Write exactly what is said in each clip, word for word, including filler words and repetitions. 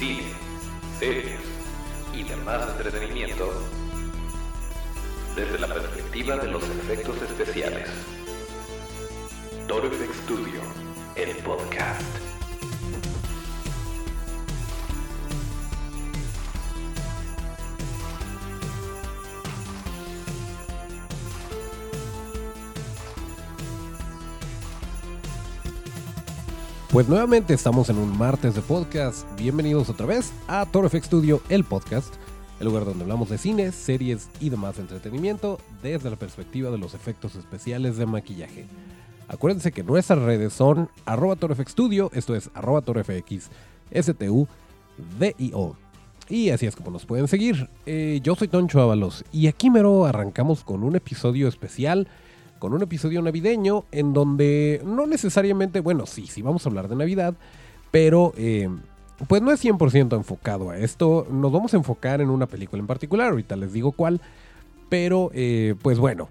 cine, series y demás entretenimiento desde la perspectiva de los efectos especiales. Toro F X Studio, el podcast. Pues nuevamente estamos en un martes de podcast. Bienvenidos otra vez a Toro F X Studio, el podcast, el lugar donde hablamos de cine, series y demás entretenimiento desde la perspectiva de los efectos especiales de maquillaje. Acuérdense que nuestras redes son arroba Toro F X Studio, esto es arroba Toro F X S T U D I O. Y así es como nos pueden seguir. Eh, yo soy Toncho Ábalos y aquí mero arrancamos con un episodio especial, con un episodio navideño en donde no necesariamente, bueno, sí, sí vamos a hablar de Navidad, pero eh, pues no es cien por ciento enfocado a esto. Nos vamos a enfocar en una película en particular, ahorita les digo cuál, pero eh, pues bueno,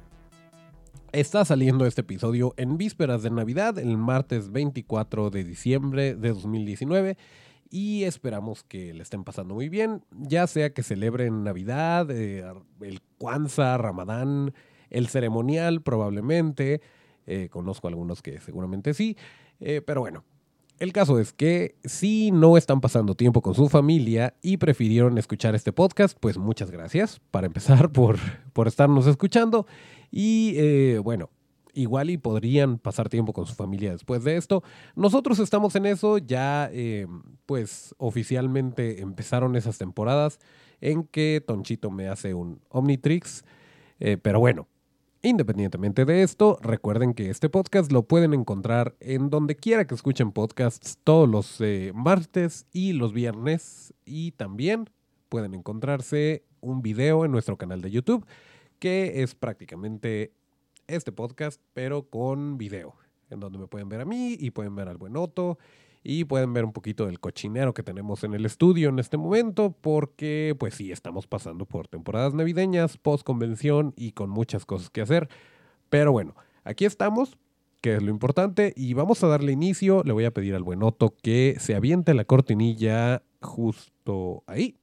está saliendo este episodio en vísperas de Navidad, el martes veinticuatro de diciembre de dos mil diecinueve, y esperamos que le estén pasando muy bien, ya sea que celebren Navidad, eh, el Kwanzaa, Ramadán, el ceremonial probablemente, eh, conozco algunos que seguramente sí, eh, pero bueno, el caso es que si no están pasando tiempo con su familia y prefirieron escuchar este podcast, pues muchas gracias para empezar por, por estarnos escuchando y eh, bueno, igual y podrían pasar tiempo con su familia después de esto. Nosotros estamos en eso, ya eh, pues oficialmente empezaron esas temporadas en que Tonchito me hace un Omnitrix, eh, pero bueno. Independientemente de esto, recuerden que este podcast lo pueden encontrar en donde quiera que escuchen podcasts todos los eh, martes y los viernes. Y también pueden encontrarse un video en nuestro canal de YouTube, que es prácticamente este podcast, pero con video, en donde me pueden ver a mí y pueden ver al buen Otto. Y pueden ver un poquito del cochinero que tenemos en el estudio en este momento, porque pues sí, estamos pasando por temporadas navideñas, post-convención y con muchas cosas que hacer. Pero bueno, aquí estamos, que es lo importante, y vamos a darle inicio. Le voy a pedir al buen Otto que se aviente la cortinilla justo ahí.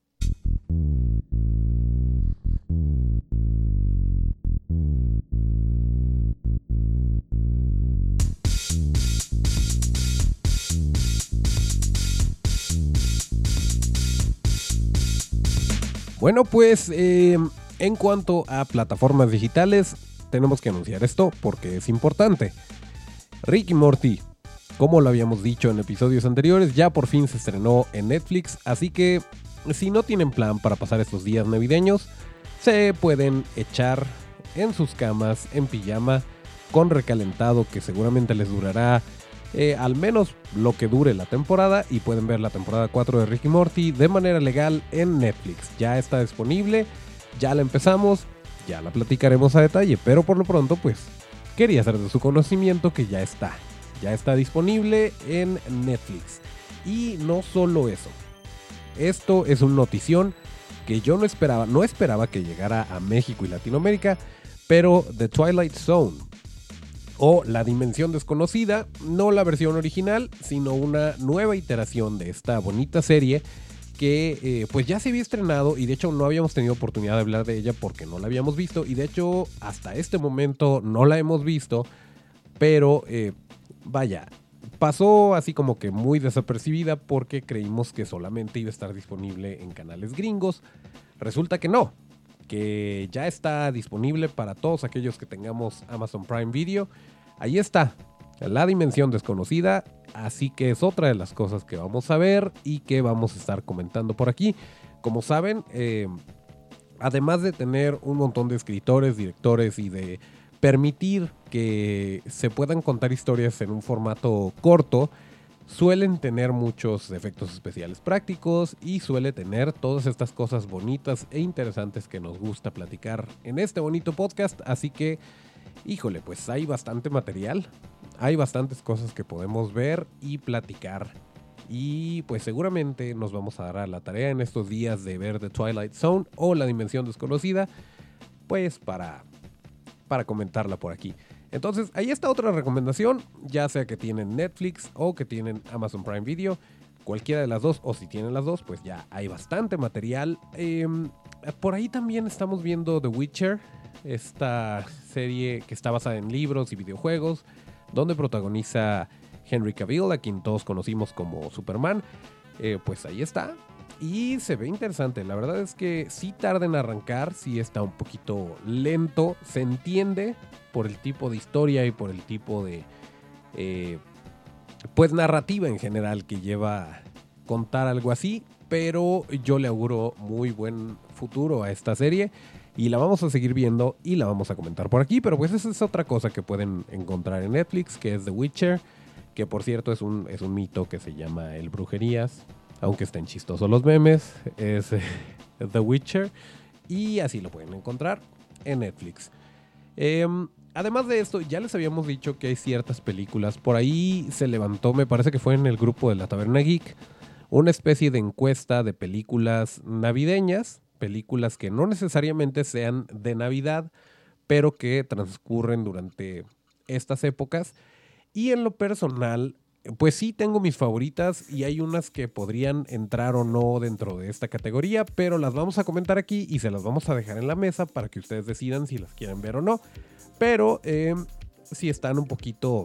Bueno, pues eh, en cuanto a plataformas digitales, tenemos que anunciar esto porque es importante. Rick y Morty, como lo habíamos dicho en episodios anteriores, ya por fin se estrenó en Netflix, así que si no tienen plan para pasar estos días navideños, se pueden echar en sus camas, en pijama, con recalentado que seguramente les durará Eh, al menos lo que dure la temporada, y pueden ver la temporada cuatro de Rick y Morty de manera legal en Netflix. Ya está disponible, ya la empezamos, ya la platicaremos a detalle, pero por lo pronto pues quería hacer de su conocimiento que ya está, ya está disponible en Netflix. Y no solo eso, esto es una notición que yo no esperaba, no esperaba que llegara a México y Latinoamérica, pero The Twilight Zone, o La Dimensión Desconocida, no la versión original, sino una nueva iteración de esta bonita serie que eh, pues ya se había estrenado, y de hecho no habíamos tenido oportunidad de hablar de ella porque no la habíamos visto, y de hecho hasta este momento no la hemos visto, pero eh, vaya, pasó así como que muy desapercibida porque creímos que solamente iba a estar disponible en canales gringos. Resulta que no, que ya está disponible para todos aquellos que tengamos Amazon Prime Video. Ahí está, La Dimensión Desconocida, así que es otra de las cosas que vamos a ver y que vamos a estar comentando por aquí. Como saben, eh, además de tener un montón de escritores, directores y de permitir que se puedan contar historias en un formato corto, suelen tener muchos efectos especiales prácticos y suele tener todas estas cosas bonitas e interesantes que nos gusta platicar en este bonito podcast. Así que, híjole, pues hay bastante material, hay bastantes cosas que podemos ver y platicar. Y pues seguramente nos vamos a dar a la tarea en estos días de ver The Twilight Zone o La Dimensión Desconocida, pues para, para comentarla por aquí. Entonces, ahí está otra recomendación, ya sea que tienen Netflix o que tienen Amazon Prime Video. cualquiera de las dos, o si tienen las dos, pues ya hay bastante material. Eh, por ahí también estamos viendo The Witcher, esta serie que está basada en libros y videojuegos, donde protagoniza Henry Cavill, a quien todos conocimos como Superman. Eh, pues ahí está. Y se ve interesante. La verdad es que sí tarda en arrancar, sí está un poquito lento. Se entiende por el tipo de historia y por el tipo de eh, pues narrativa en general que lleva a contar algo así. Pero yo le auguro muy buen futuro a esta serie y la vamos a seguir viendo y la vamos a comentar por aquí. Pero pues esa es otra cosa que pueden encontrar en Netflix, que es The Witcher, que por cierto es un, es un mito que se llama El Brujerías. Aunque estén chistosos los memes, es eh, The Witcher. Y así lo pueden encontrar en Netflix. Eh, además de esto, ya les habíamos dicho que hay ciertas películas. Por ahí se levantó, me parece que fue en el grupo de la Taberna Geek, una especie de encuesta de películas navideñas. Películas que no necesariamente sean de Navidad, pero que transcurren durante estas épocas. Y en lo personal, pues sí tengo mis favoritas y hay unas que podrían entrar o no dentro de esta categoría, pero las vamos a comentar aquí y se las vamos a dejar en la mesa para que ustedes decidan si las quieren ver o no. Pero eh, si están un poquito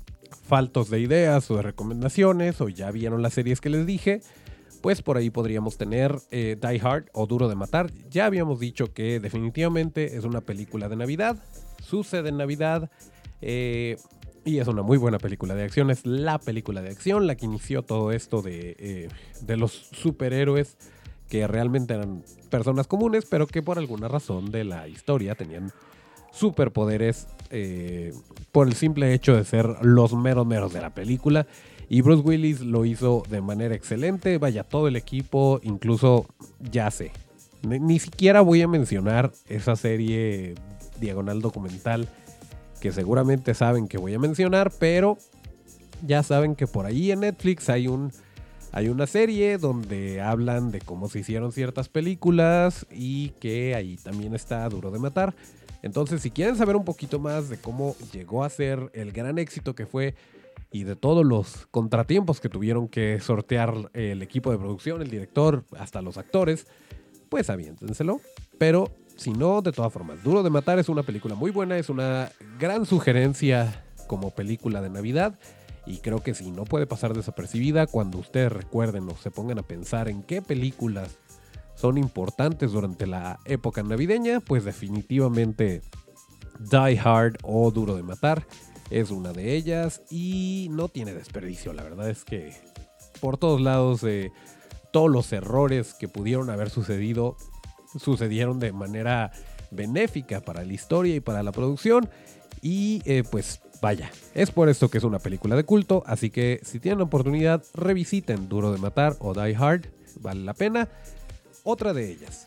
faltos de ideas o de recomendaciones o ya vieron las series que les dije, pues por ahí podríamos tener eh, Die Hard o Duro de Matar. Ya habíamos dicho que definitivamente es una película de Navidad, sucede en Navidad, eh... y es una muy buena película de acción. Es la película de acción la que inició todo esto de, eh, de los superhéroes que realmente eran personas comunes, pero que por alguna razón de la historia tenían superpoderes eh, por el simple hecho de ser los meros meros de la película. Y Bruce Willis lo hizo de manera excelente. Vaya, todo el equipo, incluso ya sé. Ni, ni siquiera voy a mencionar esa serie diagonal documental que seguramente saben que voy a mencionar, pero ya saben que por ahí en Netflix hay un hay una serie donde hablan de cómo se hicieron ciertas películas y que ahí también está Duro de Matar. Entonces, si quieren saber un poquito más de cómo llegó a ser el gran éxito que fue y de todos los contratiempos que tuvieron que sortear el equipo de producción, el director, hasta los actores, pues aviéntenselo. Pero si no, de todas formas, Duro de Matar es una película muy buena, es una gran sugerencia como película de Navidad y creo que sí, no puede pasar desapercibida cuando ustedes recuerden o se pongan a pensar en qué películas son importantes durante la época navideña, pues definitivamente Die Hard o Duro de Matar es una de ellas y no tiene desperdicio. La verdad es que por todos lados, eh, todos los errores que pudieron haber sucedido sucedieron de manera benéfica para la historia y para la producción y eh, pues vaya, es por esto que es una película de culto, así que si tienen la oportunidad revisiten Duro de Matar o Die Hard, vale la pena. Otra de ellas,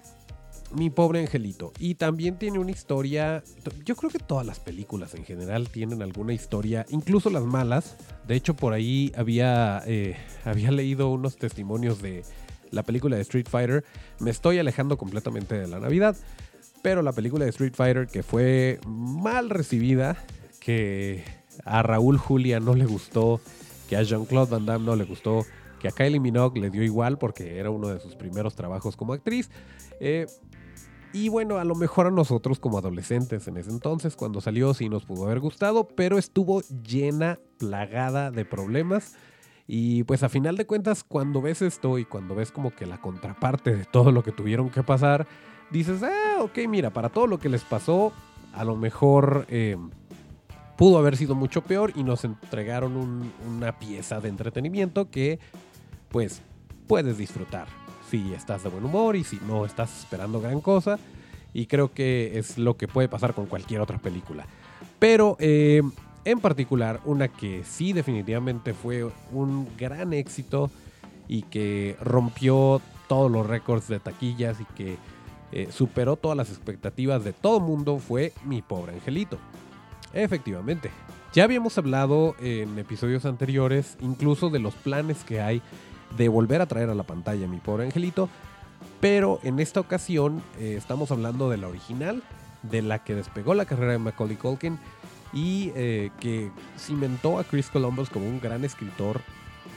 Mi Pobre Angelito, y también tiene una historia. Yo creo que todas las películas en general tienen alguna historia, incluso las malas. De hecho, por ahí había, eh, había leído unos testimonios de la película de Street Fighter. Me estoy alejando completamente de la Navidad, pero la película de Street Fighter que fue mal recibida, que a Raúl Julia no le gustó, que a Jean-Claude Van Damme no le gustó, que a Kylie Minogue le dio igual porque era uno de sus primeros trabajos como actriz. Eh, y bueno, a lo mejor a nosotros como adolescentes en ese entonces, cuando salió, sí nos pudo haber gustado, pero estuvo llena, plagada de problemas. Y pues a final de cuentas, cuando ves esto y cuando ves como que la contraparte de todo lo que tuvieron que pasar, dices, ah, ok, mira, para todo lo que les pasó, a lo mejor eh, pudo haber sido mucho peor y nos entregaron un, una pieza de entretenimiento que pues puedes disfrutar si estás de buen humor y si no estás esperando gran cosa. Y creo que es lo que puede pasar con cualquier otra película. Pero eh, en particular, una que sí definitivamente fue un gran éxito y que rompió todos los récords de taquillas y que eh, superó todas las expectativas de todo el mundo fue Mi Pobre Angelito. Efectivamente, ya habíamos hablado en episodios anteriores incluso de los planes que hay de volver a traer a la pantalla Mi Pobre Angelito, pero en esta ocasión eh, estamos hablando de la original, de la que despegó la carrera de Macaulay Culkin y eh, que cimentó a Chris Columbus como un gran escritor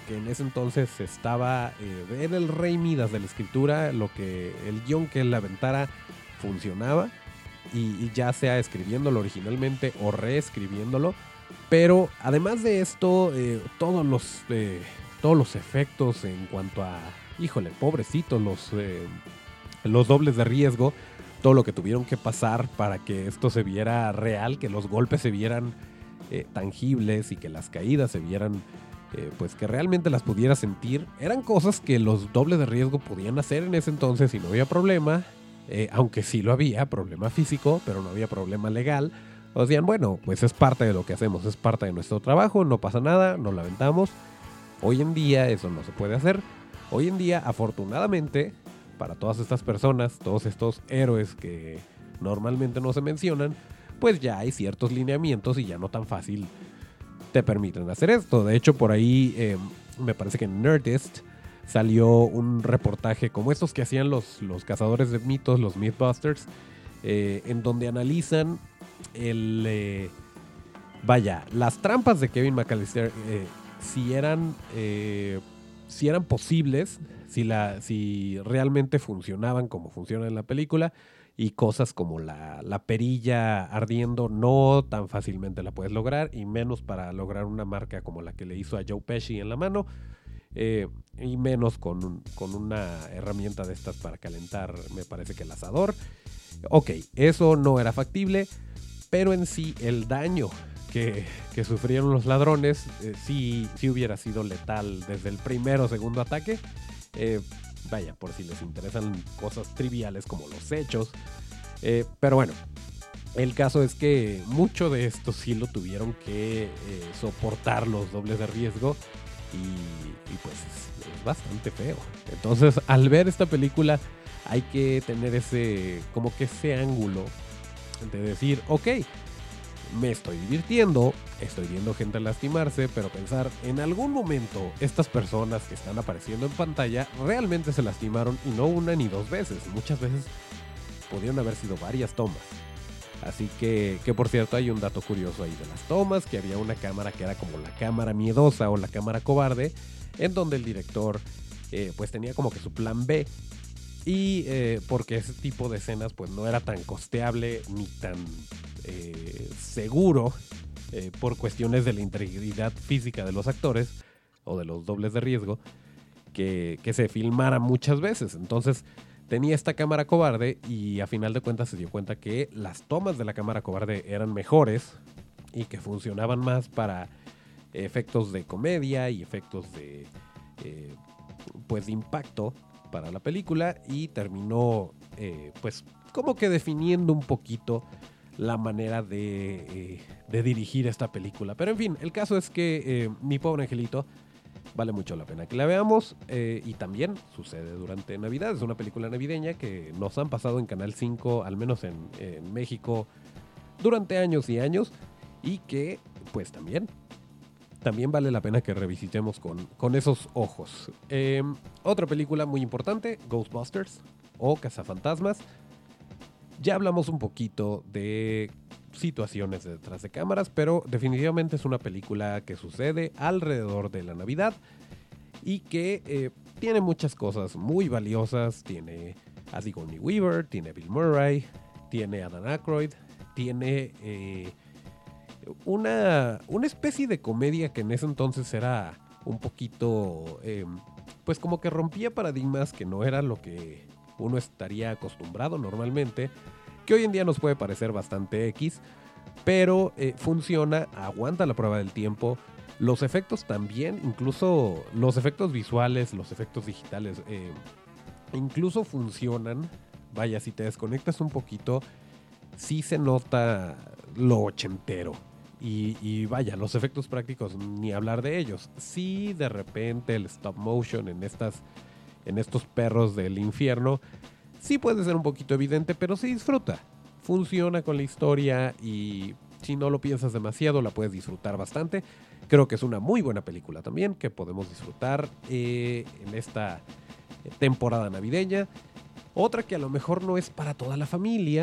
que en ese entonces estaba eh, era el rey Midas de la escritura, lo que el guión que él aventara funcionaba, y, y ya sea escribiéndolo originalmente o reescribiéndolo. Pero además de esto, eh, todos los eh, todos los efectos en cuanto a, híjole, pobrecitos, los, eh, los dobles de riesgo, todo lo que tuvieron que pasar para que esto se viera real, que los golpes se vieran eh, tangibles y que las caídas se vieran, eh, pues que realmente las pudiera sentir, eran cosas que los dobles de riesgo podían hacer en ese entonces y no había problema, eh, aunque sí lo había, problema físico, pero no había problema legal. O decían, bueno, pues es parte de lo que hacemos, es parte de nuestro trabajo, no pasa nada, nos lamentamos. Hoy en día eso no se puede hacer. Hoy en día, afortunadamente, para todas estas personas, todos estos héroes que normalmente no se mencionan, pues ya hay ciertos lineamientos y ya no tan fácil te permiten hacer esto. De hecho, por ahí eh, me parece que en Nerdist salió un reportaje como estos que hacían los, los cazadores de mitos, los Mythbusters, eh, en donde analizan el eh, vaya, las trampas de Kevin McAllister, eh, si eran eh, si eran posibles, si, la, si realmente funcionaban como funcionan en la película, y cosas como la, la perilla ardiendo no tan fácilmente la puedes lograr, y menos para lograr una marca como la que le hizo a Joe Pesci en la mano, eh, y menos con, un, con una herramienta de estas para calentar, me parece que el asador. Ok, eso no era factible, pero en sí el daño que, que sufrieron los ladrones eh, sí, sí hubiera sido letal desde el primero o segundo ataque. Eh, vaya, por si les interesan cosas triviales como los hechos. Eh, pero bueno, el caso es que mucho de esto sí lo tuvieron que eh, soportar los dobles de riesgo, y, y pues es, es bastante feo. Entonces, al ver esta película hay que tener ese, como que ese ángulo de decir, ok, me estoy divirtiendo, estoy viendo gente lastimarse, pero pensar, en algún momento estas personas que están apareciendo en pantalla realmente se lastimaron, y no una ni dos veces, muchas veces pudieron haber sido varias tomas. Así que, que por cierto, hay un dato curioso ahí de las tomas, que había una cámara que era como la cámara miedosa o la cámara cobarde, en donde el director eh, pues tenía como que su plan B, y eh, porque ese tipo de escenas pues no era tan costeable ni tan eh, seguro eh, por cuestiones de la integridad física de los actores o de los dobles de riesgo, que, que se filmara muchas veces. Entonces tenía esta cámara cobarde, y a final de cuentas se dio cuenta que las tomas de la cámara cobarde eran mejores y que funcionaban más para efectos de comedia y efectos de eh, pues de impacto para la película, y terminó eh, pues como que definiendo un poquito la manera de, eh, de dirigir esta película. Pero en fin, el caso es que eh, Mi Pobre Angelito vale mucho la pena que la veamos, eh, y también sucede durante Navidad. Es una película navideña que nos han pasado en Canal cinco, al menos en, en México, durante años y años, y que pues también también vale la pena que revisitemos con, con esos ojos. Eh, otra película muy importante, Ghostbusters o Cazafantasmas. Ya hablamos un poquito de situaciones detrás de cámaras, pero definitivamente es una película que sucede alrededor de la Navidad y que eh, tiene muchas cosas muy valiosas. Tiene a Sigourney Weaver, tiene a Bill Murray, tiene a Dan Aykroyd, tiene eh, una, una especie de comedia que en ese entonces era un poquito, eh, pues como que rompía paradigmas, que no era lo que uno estaría acostumbrado normalmente, que hoy en día nos puede parecer bastante X, pero eh, funciona, aguanta la prueba del tiempo. Los efectos también, incluso los efectos visuales, los efectos digitales, eh, incluso funcionan. Vaya, si te desconectas un poquito, sí se nota lo ochentero. Y, y vaya, los efectos prácticos, ni hablar de ellos. Sí, de repente el stop motion en, estas, en estos perros del infierno sí puede ser un poquito evidente, pero se disfruta. Funciona con la historia, y si no lo piensas demasiado la puedes disfrutar bastante. Creo que es una muy buena película también, que podemos disfrutar eh, en esta temporada navideña. Otra que a lo mejor no es para toda la familia,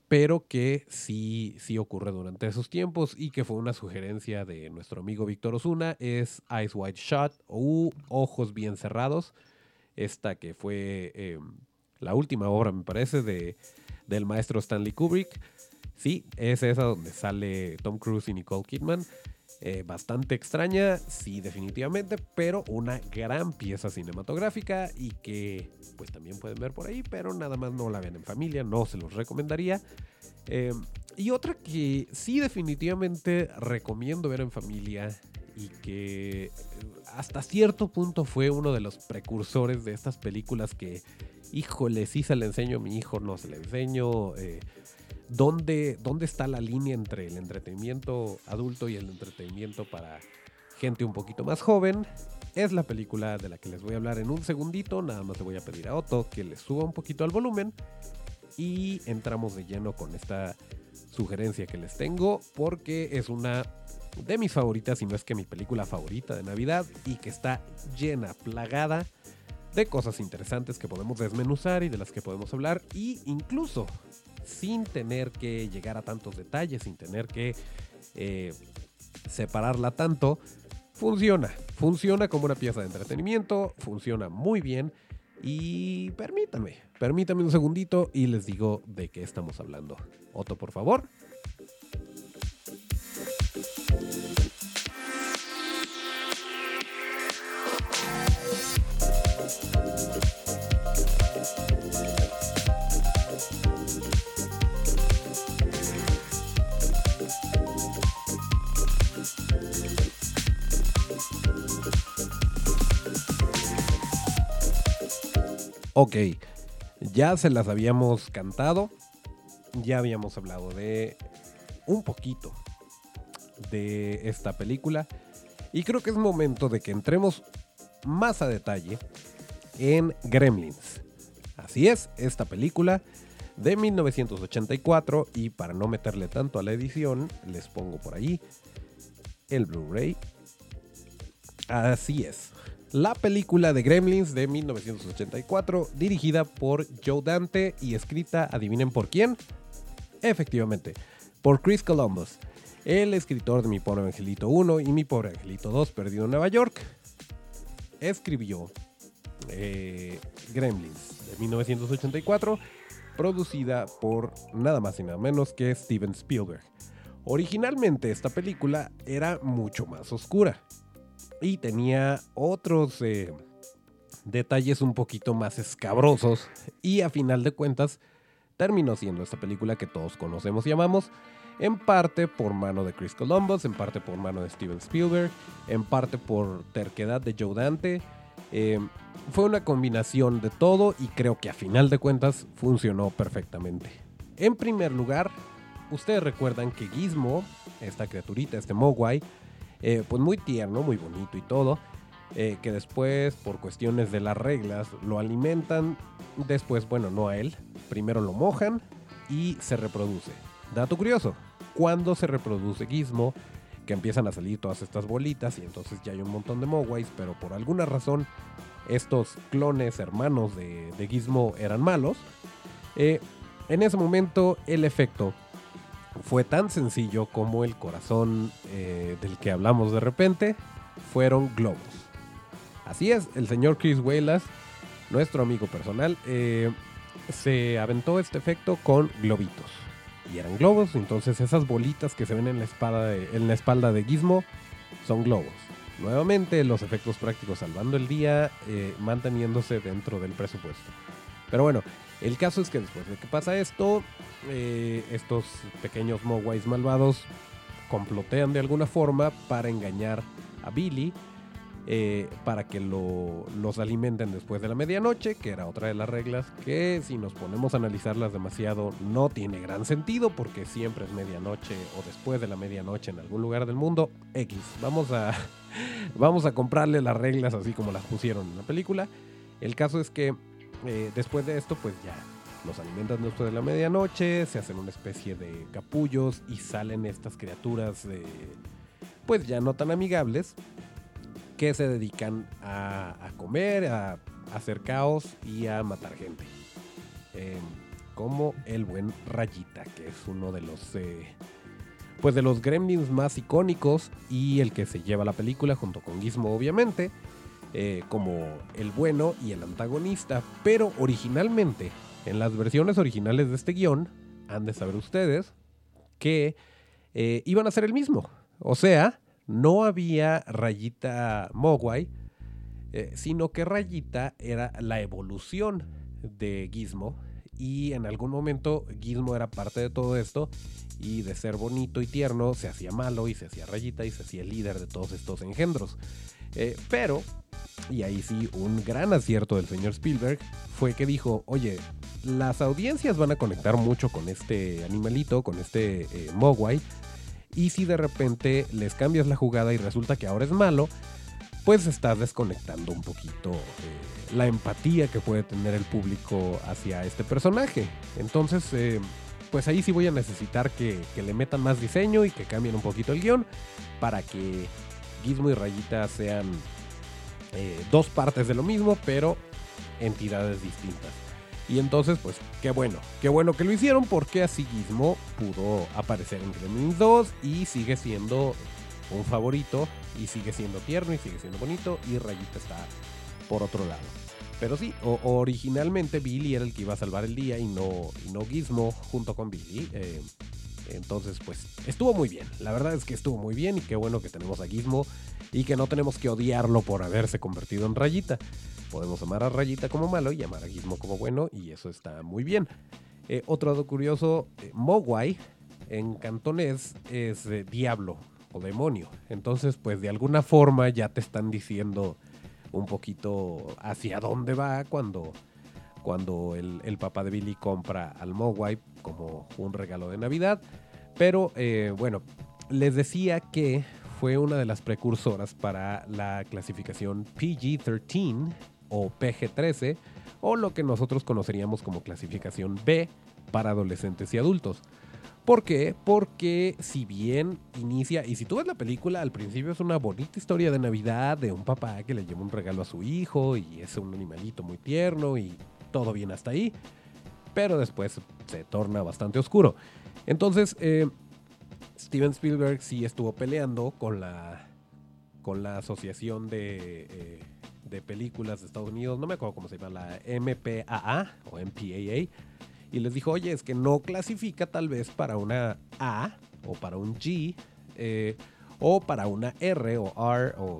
pero que sí, sí ocurre durante esos tiempos y que fue una sugerencia de nuestro amigo Víctor Osuna, es Eyes Wide Shut o Ojos Bien Cerrados, esta que fue eh, la última obra, me parece, de, del maestro Stanley Kubrick. Sí, es esa donde sale Tom Cruise y Nicole Kidman. Eh, bastante extraña, sí, definitivamente, pero una gran pieza cinematográfica y que pues también pueden ver por ahí, pero nada más no la vean en familia, no se los recomendaría. Eh, y otra que sí definitivamente recomiendo ver en familia y que hasta cierto punto fue uno de los precursores de estas películas que, híjole, sí se le enseño a mi hijo, no se le enseño... Eh, ¿Dónde, ¿Dónde está la línea entre el entretenimiento adulto y el entretenimiento para gente un poquito más joven? Es la película de la que les voy a hablar en un segundito. Nada más le voy a pedir a Otto que le suba un poquito al volumen y entramos de lleno con esta sugerencia que les tengo, porque es una de mis favoritas, si no es que mi película favorita de Navidad, y que está llena, plagada de cosas interesantes que podemos desmenuzar y de las que podemos hablar, y incluso sin tener que llegar a tantos detalles, sin tener que eh, separarla tanto, funciona. Funciona como una pieza de entretenimiento, funciona muy bien. Y permítanme, permítanme un segundito y les digo de qué estamos hablando. Otto, por favor. Ok, ya se las habíamos cantado, ya habíamos hablado de un poquito de esta película y creo que es momento de que entremos más a detalle en Gremlins. Así es, esta película de mil novecientos ochenta y cuatro, y para no meterle tanto a la edición, les pongo por ahí el Blu-ray. Así es. La película de Gremlins de mil novecientos ochenta y cuatro, dirigida por Joe Dante y escrita, adivinen por quién, efectivamente, por Chris Columbus, el escritor de Mi Pobre Angelito uno y Mi Pobre Angelito dos, Perdido en Nueva York. Escribió eh, Gremlins de mil novecientos ochenta y cuatro, producida por nada más y nada menos que Steven Spielberg. Originalmente esta película era mucho más oscura y tenía otros eh, detalles un poquito más escabrosos, y a final de cuentas terminó siendo esta película que todos conocemos y amamos, en parte por mano de Chris Columbus, en parte por mano de Steven Spielberg, en parte por terquedad de Joe Dante. Eh, fue una combinación de todo y creo que a final de cuentas funcionó perfectamente. En primer lugar, ustedes recuerdan que Gizmo, esta criaturita, este Mogwai, Eh, pues muy tierno, muy bonito y todo, eh, que después por cuestiones de las reglas lo alimentan, después, bueno, no a él, primero lo mojan y se reproduce. Dato curioso, cuando se reproduce Gizmo, que empiezan a salir todas estas bolitas y entonces ya hay un montón de Mogwais, pero por alguna razón estos clones hermanos de, de Gizmo eran malos, eh, en ese momento el efecto fue tan sencillo como el corazón eh, del que hablamos de repente, fueron globos. Así es, el señor Chris Walas, nuestro amigo personal, eh, se aventó este efecto con globitos. Y eran globos, entonces esas bolitas que se ven en la espalda de, en la espalda de Gizmo son globos. Nuevamente, los efectos prácticos salvando el día, eh, manteniéndose dentro del presupuesto. Pero bueno, el caso es que después de que pasa esto, eh, estos pequeños Mogwais malvados complotean de alguna forma para engañar a Billy, eh, para que lo, los alimenten después de la medianoche, que era otra de las reglas que, si nos ponemos a analizarlas demasiado, no tiene gran sentido, porque siempre es medianoche o después de la medianoche en algún lugar del mundo. X, vamos a, vamos a comprarle las reglas así como las pusieron en la película. El caso es que Eh, después de esto, pues ya los alimentan después de la medianoche, se hacen una especie de capullos y salen estas criaturas eh, pues ya no tan amigables, que se dedican a, a comer, a, a hacer caos y a matar gente. Eh, como el buen Rayita, que es uno de los eh, pues de los Gremlins más icónicos y el que se lleva la película junto con Gizmo, obviamente, eh, como el bueno y el antagonista. Pero originalmente, en las versiones originales de este guión, han de saber ustedes que eh, iban a ser el mismo. O sea, no había Rayita Mogwai, eh, sino que Rayita era la evolución de Gizmo, y en algún momento Gizmo era parte de todo esto, y de ser bonito y tierno se hacía malo y se hacía Rayita y se hacía el líder de todos estos engendros. Eh, pero, y ahí sí un gran acierto del señor Spielberg, fue que dijo, oye, las audiencias van a conectar mucho con este animalito, con este eh, Mogwai, y si de repente les cambias la jugada y resulta que ahora es malo, pues estás desconectando un poquito eh, la empatía que puede tener el público hacia este personaje. Entonces, eh, pues ahí sí voy a necesitar que, que le metan más diseño y que cambien un poquito el guión para que Gizmo y Rayita sean eh, dos partes de lo mismo, pero entidades distintas. Y entonces, pues, qué bueno, qué bueno que lo hicieron, porque así Gizmo pudo aparecer en Gremlins dos y sigue siendo un favorito, y sigue siendo tierno, y sigue siendo bonito, y Rayita está por otro lado. Pero sí, o, originalmente Billy era el que iba a salvar el día y no, y no Gizmo junto con Billy. Eh, entonces, pues, estuvo muy bien. La verdad es que estuvo muy bien, y qué bueno que tenemos a Gizmo y que no tenemos que odiarlo por haberse convertido en Rayita. Podemos amar a Rayita como malo y amar a Gizmo como bueno, y eso está muy bien. Eh, otro dato curioso, eh, Mogwai en cantonés es eh, diablo o demonio. Entonces, pues de alguna forma ya te están diciendo un poquito hacia dónde va cuando, cuando el, el papá de Billy compra al Mogwai como un regalo de Navidad. Pero eh, bueno, les decía que fue una de las precursoras para la clasificación P G trece o P G trece, o lo que nosotros conoceríamos como clasificación B para adolescentes y adultos. ¿Por qué? Porque si bien inicia, y si tú ves la película, al principio es una bonita historia de Navidad de un papá que le lleva un regalo a su hijo y es un animalito muy tierno y todo bien hasta ahí, pero después se torna bastante oscuro. Entonces, eh, Steven Spielberg sí estuvo peleando con la, con la asociación de, eh, de películas de Estados Unidos, no me acuerdo cómo se llama, la M P A A o M P A A, y les dijo, oye, es que no clasifica tal vez para una A o para un G eh, o para una R o R o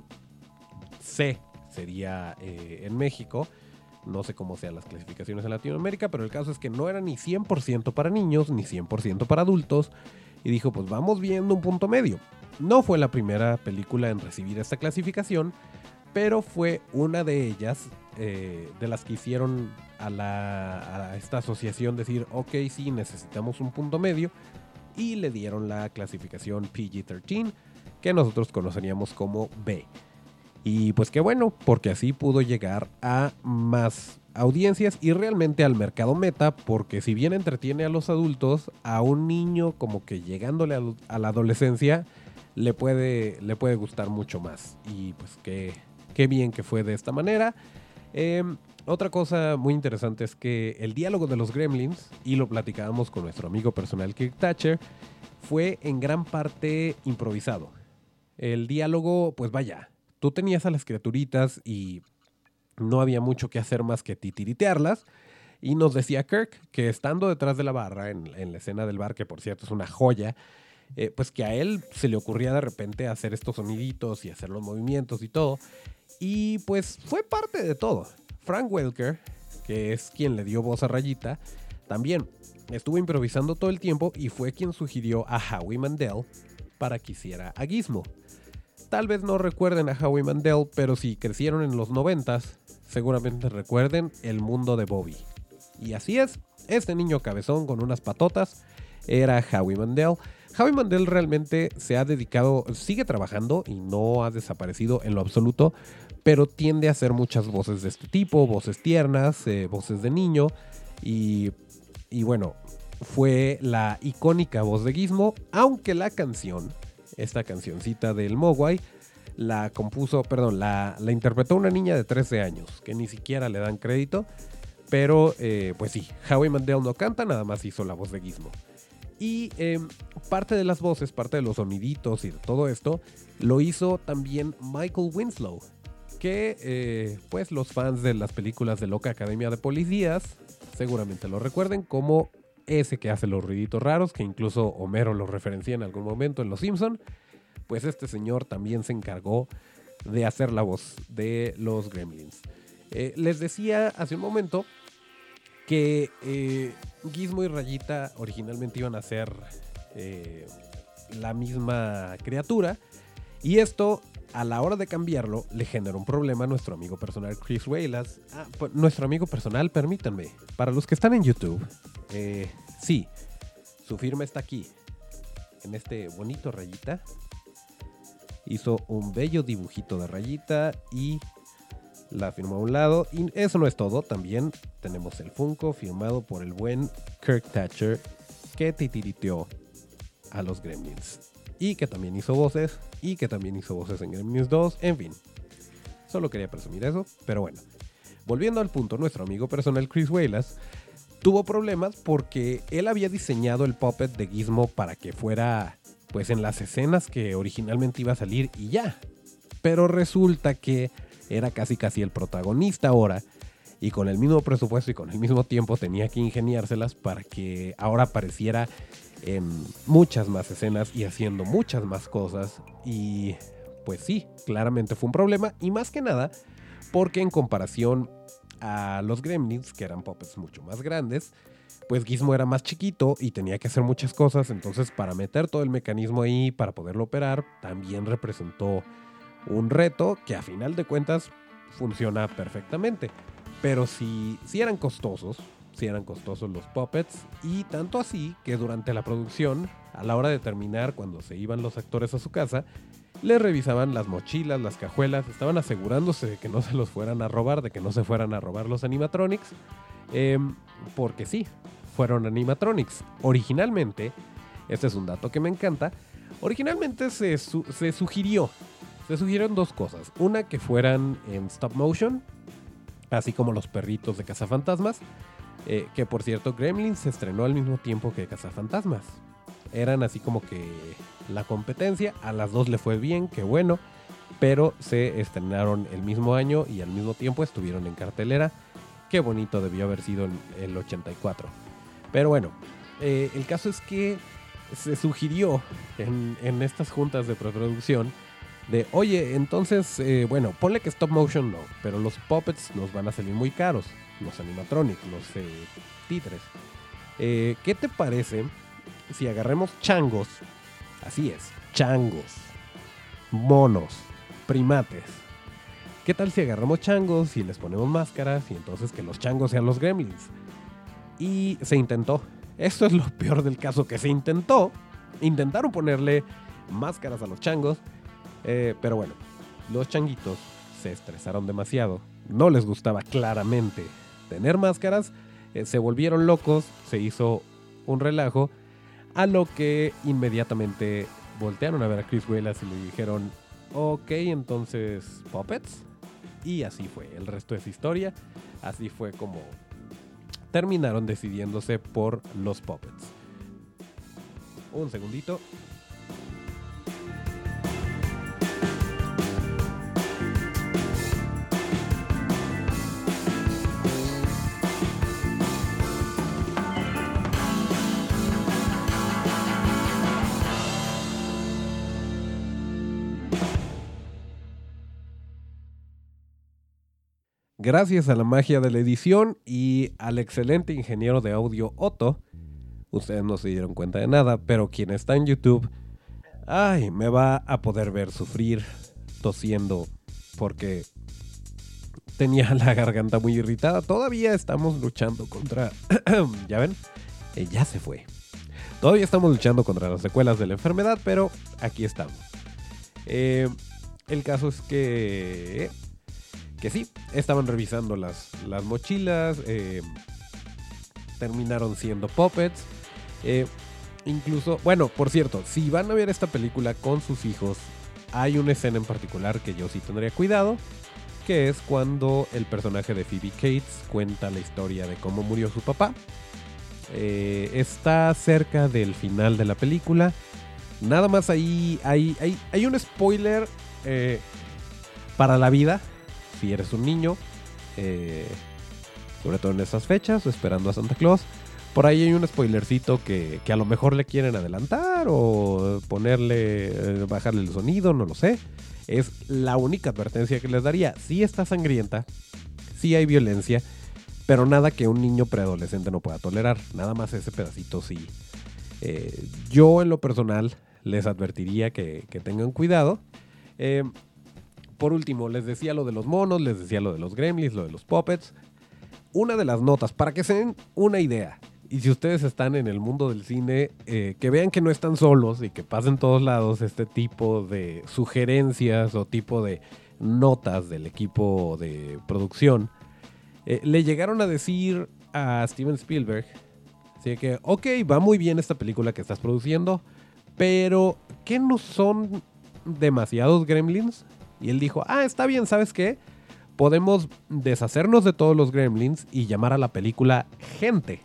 C sería eh, en México. No sé cómo sean las clasificaciones en Latinoamérica, pero el caso es que no era ni cien por ciento para niños ni cien por ciento para adultos, y dijo, pues vamos viendo un punto medio. No fue la primera película en recibir esta clasificación, pero fue una de ellas, eh, de las que hicieron a, la, a esta asociación decir, ok, sí, necesitamos un punto medio, y le dieron la clasificación P G trece, que nosotros conoceríamos como B. Y pues qué bueno, porque así pudo llegar a más audiencias y realmente al mercado meta, porque si bien entretiene a los adultos, a un niño como que llegándole a, a la adolescencia le puede, le puede gustar mucho más. Y pues qué, qué bien que fue de esta manera. Eh, otra cosa muy interesante es que el diálogo de los Gremlins, y lo platicábamos con nuestro amigo personal Kirk Thatcher, fue en gran parte improvisado. El diálogo, pues vaya, tú tenías a las criaturitas y no había mucho que hacer más que titiritearlas, y nos decía Kirk que estando detrás de la barra, en, en la escena del bar, que por cierto es una joya, eh, pues que a él se le ocurría de repente hacer estos soniditos y hacer los movimientos y todo, y pues fue parte de todo. Frank Welker, que es quien le dio voz a Rayita, también estuvo improvisando todo el tiempo y fue quien sugirió a Howie Mandel para que hiciera a Gizmo. Tal vez no recuerden a Howie Mandel, pero si crecieron en los noventas, seguramente recuerden El Mundo de Bobby. Y así es, este niño cabezón con unas patotas era Howie Mandel. Howie Mandel realmente se ha dedicado, sigue trabajando y no ha desaparecido en lo absoluto, pero tiende a hacer muchas voces de este tipo, voces tiernas, eh, voces de niño, y, y bueno, fue la icónica voz de Gizmo, aunque la canción, esta cancioncita del Mogwai, la compuso, perdón, la, la interpretó una niña de trece años, que ni siquiera le dan crédito, Pero, eh, pues sí, Howie Mandel no canta, nada más hizo la voz de Gizmo. Y eh, parte de las voces, parte de los soniditos y de todo esto, lo hizo también Michael Winslow, que eh, pues los fans de las películas de Loca Academia de Policías seguramente lo recuerden como ese que hace los ruiditos raros, que incluso Homero lo referencia en algún momento en Los Simpson. Pues este señor también se encargó de hacer la voz de los Gremlins. Eh, les decía hace un momento que eh, Gizmo y Rayita originalmente iban a ser eh, la misma criatura, y esto a la hora de cambiarlo le generó un problema a nuestro amigo personal Chris Walas. Ah, pues, nuestro amigo personal, permítanme, para los que están en YouTube, eh, sí, su firma está aquí, en este bonito Rayita. Hizo un bello dibujito de Rayita y la firmó a un lado. Y eso no es todo, también tenemos el Funko firmado por el buen Kirk Thatcher, que titiriteó a los Gremlins. Y que también hizo voces, y que también hizo voces en Gremlins dos, en fin. Solo quería presumir eso, pero bueno. Volviendo al punto, nuestro amigo personal Chris Walas tuvo problemas porque él había diseñado el puppet de Gizmo para que fuera pues en las escenas que originalmente iba a salir y ya. Pero resulta que era casi casi el protagonista ahora, y con el mismo presupuesto y con el mismo tiempo tenía que ingeniárselas para que ahora apareciera en muchas más escenas y haciendo muchas más cosas. Y pues sí, claramente fue un problema, y más que nada porque en comparación a los Gremlins, que eran puppets mucho más grandes, pues Gizmo era más chiquito y tenía que hacer muchas cosas. Entonces, para meter todo el mecanismo ahí, para poderlo operar, también representó un reto que a final de cuentas funciona perfectamente. Pero sí, sí eran costosos, sí eran costosos los puppets, y tanto así que durante la producción, a la hora de terminar, cuando se iban los actores a su casa, les revisaban las mochilas, las cajuelas, estaban asegurándose de que no se los fueran a robar, de que no se fueran a robar los animatronics, eh, porque sí, fueron animatronics. Originalmente, este es un dato que me encanta, originalmente se, su- se sugirió, se sugirieron dos cosas. Una, que fueran en stop motion, así como los perritos de Cazafantasmas, eh, que por cierto Gremlins se estrenó al mismo tiempo que Cazafantasmas. Eran así como que la competencia, a las dos le fue bien, qué bueno, pero se estrenaron el mismo año y al mismo tiempo estuvieron en cartelera. Qué bonito debió haber sido en el ochenta y cuatro. Pero bueno, eh, el caso es que se sugirió en, en estas juntas de preproducción de, oye, entonces, eh, bueno, ponle que stop motion no, pero los puppets nos van a salir muy caros, los animatronics, los eh, títeres. Eh, ¿Qué te parece si agarremos changos? Así es, changos, monos, primates. ¿Qué tal si agarramos changos y les ponemos máscaras y entonces que los changos sean los Gremlins? Y se intentó. Esto es lo peor del caso, que se intentó. Intentaron ponerle máscaras a los changos, eh, pero bueno, los changuitos se estresaron demasiado. No les gustaba claramente tener máscaras, eh, se volvieron locos, se hizo un relajo, a lo que inmediatamente voltearon a ver a Chris Walas y le dijeron, ok, entonces puppets. Y así fue, el resto es historia. Así fue como terminaron decidiéndose por los puppets. Un segundito. Gracias a la magia de la edición y al excelente ingeniero de audio Otto, ustedes no se dieron cuenta de nada, pero quien está en YouTube, ay, me va a poder ver sufrir tosiendo porque tenía la garganta muy irritada. Todavía estamos luchando contra... ¿Ya ven? Eh, ya se fue. Todavía estamos luchando contra las secuelas de la enfermedad, pero aquí estamos. Eh, el caso es que... Que sí, estaban revisando las, las mochilas, eh, terminaron siendo puppets. Eh, incluso, bueno, por cierto, si van a ver esta película con sus hijos, hay una escena en particular que yo sí tendría cuidado, que es cuando el personaje de Phoebe Cates cuenta la historia de cómo murió su papá. Eh, está cerca del final de la película. Nada más ahí hay, hay, hay un spoiler eh, para la vida, si eres un niño, eh, sobre todo en estas fechas, esperando a Santa Claus. Por ahí hay un spoilercito que, que a lo mejor le quieren adelantar o ponerle, eh, bajarle el sonido, no lo sé. Es la única advertencia que les daría. Sí está sangrienta, sí hay violencia, pero nada que un niño preadolescente no pueda tolerar. Nada más ese pedacito sí. Eh, yo en lo personal les advertiría que, que tengan cuidado. Eh, por último, les decía lo de los monos, les decía lo de los gremlins, lo de los puppets. Una de las notas, para que se den una idea, y si ustedes están en el mundo del cine, eh, que vean que no están solos y que pasen todos lados este tipo de sugerencias o tipo de notas del equipo de producción. Eh, le llegaron a decir a Steven Spielberg, así que, ok, va muy bien esta película que estás produciendo, pero ¿qué no son demasiados gremlins? Y él dijo, ah, está bien, ¿sabes qué? Podemos deshacernos de todos los gremlins y llamar a la película Gente.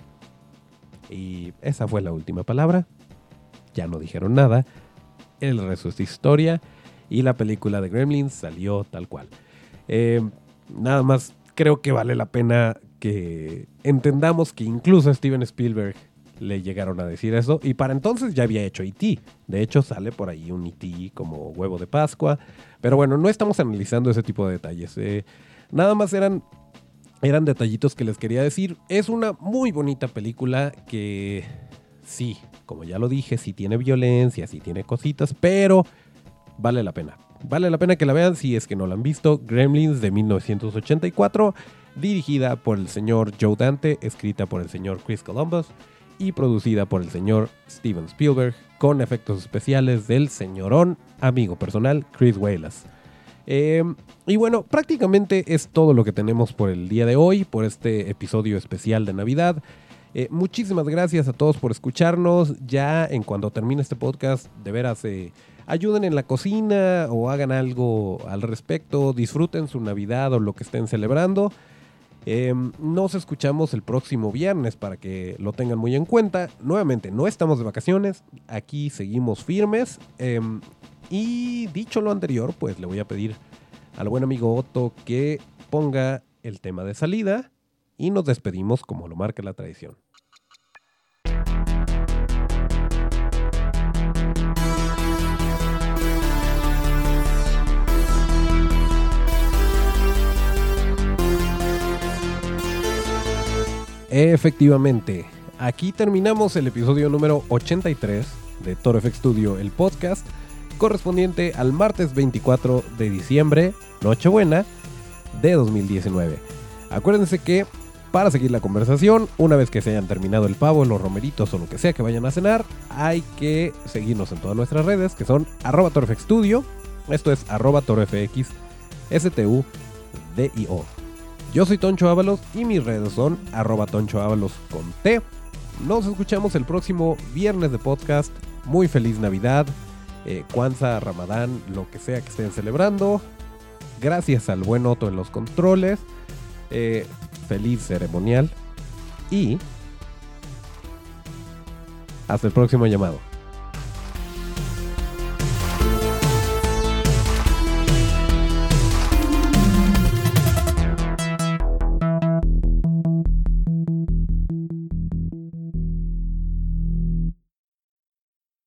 Y esa fue la última palabra. Ya no dijeron nada. El resto es historia. Y la película de Gremlins salió tal cual. Eh, nada más creo que vale la pena que entendamos que incluso a Steven Spielberg le llegaron a decir eso. Y para entonces ya había hecho E T. De hecho sale por ahí un E T como huevo de Pascua. Pero bueno, no estamos analizando ese tipo de detalles. Eh, nada más eran... Eran detallitos que les quería decir. Es una muy bonita película que sí, como ya lo dije, sí tiene violencia, sí tiene cositas, pero vale la pena. Vale la pena que la vean si es que no la han visto. Gremlins de mil novecientos ochenta y cuatro, dirigida por el señor Joe Dante, escrita por el señor Chris Columbus y producida por el señor Steven Spielberg, con efectos especiales del señorón amigo personal Chris Walas. Eh, y bueno, prácticamente es todo lo que tenemos por el día de hoy, por este episodio especial de Navidad. Eh, muchísimas gracias a todos por escucharnos. Ya en cuanto termine este podcast, de veras, eh, ayuden en la cocina o hagan algo al respecto. Disfruten su Navidad o lo que estén celebrando. Eh, nos escuchamos el próximo viernes para que lo tengan muy en cuenta. Nuevamente, no estamos de vacaciones, aquí seguimos firmes. Eh, Y dicho lo anterior, pues le voy a pedir al buen amigo Otto que ponga el tema de salida y nos despedimos como lo marca la tradición. Efectivamente, aquí terminamos el episodio número ochenta y tres de Toro F X Studio, el podcast, correspondiente al martes veinticuatro de diciembre, Nochebuena, de dos mil diecinueve. Acuérdense que para seguir la conversación, una vez que se hayan terminado el pavo, los romeritos o lo que sea que vayan a cenar, hay que seguirnos en todas nuestras redes, que son arroba torofxstudio, esto es arroba torofx, S T U D I O. Yo soy Toncho Ábalos y mis redes son arroba Toncho Ábalos con T. Nos escuchamos el próximo viernes de podcast. Muy feliz Navidad. Eh, Kwanzaa, Ramadán, lo que sea que estén celebrando. Gracias al buen Otto en los controles. Eh, feliz ceremonial. Y hasta el próximo llamado.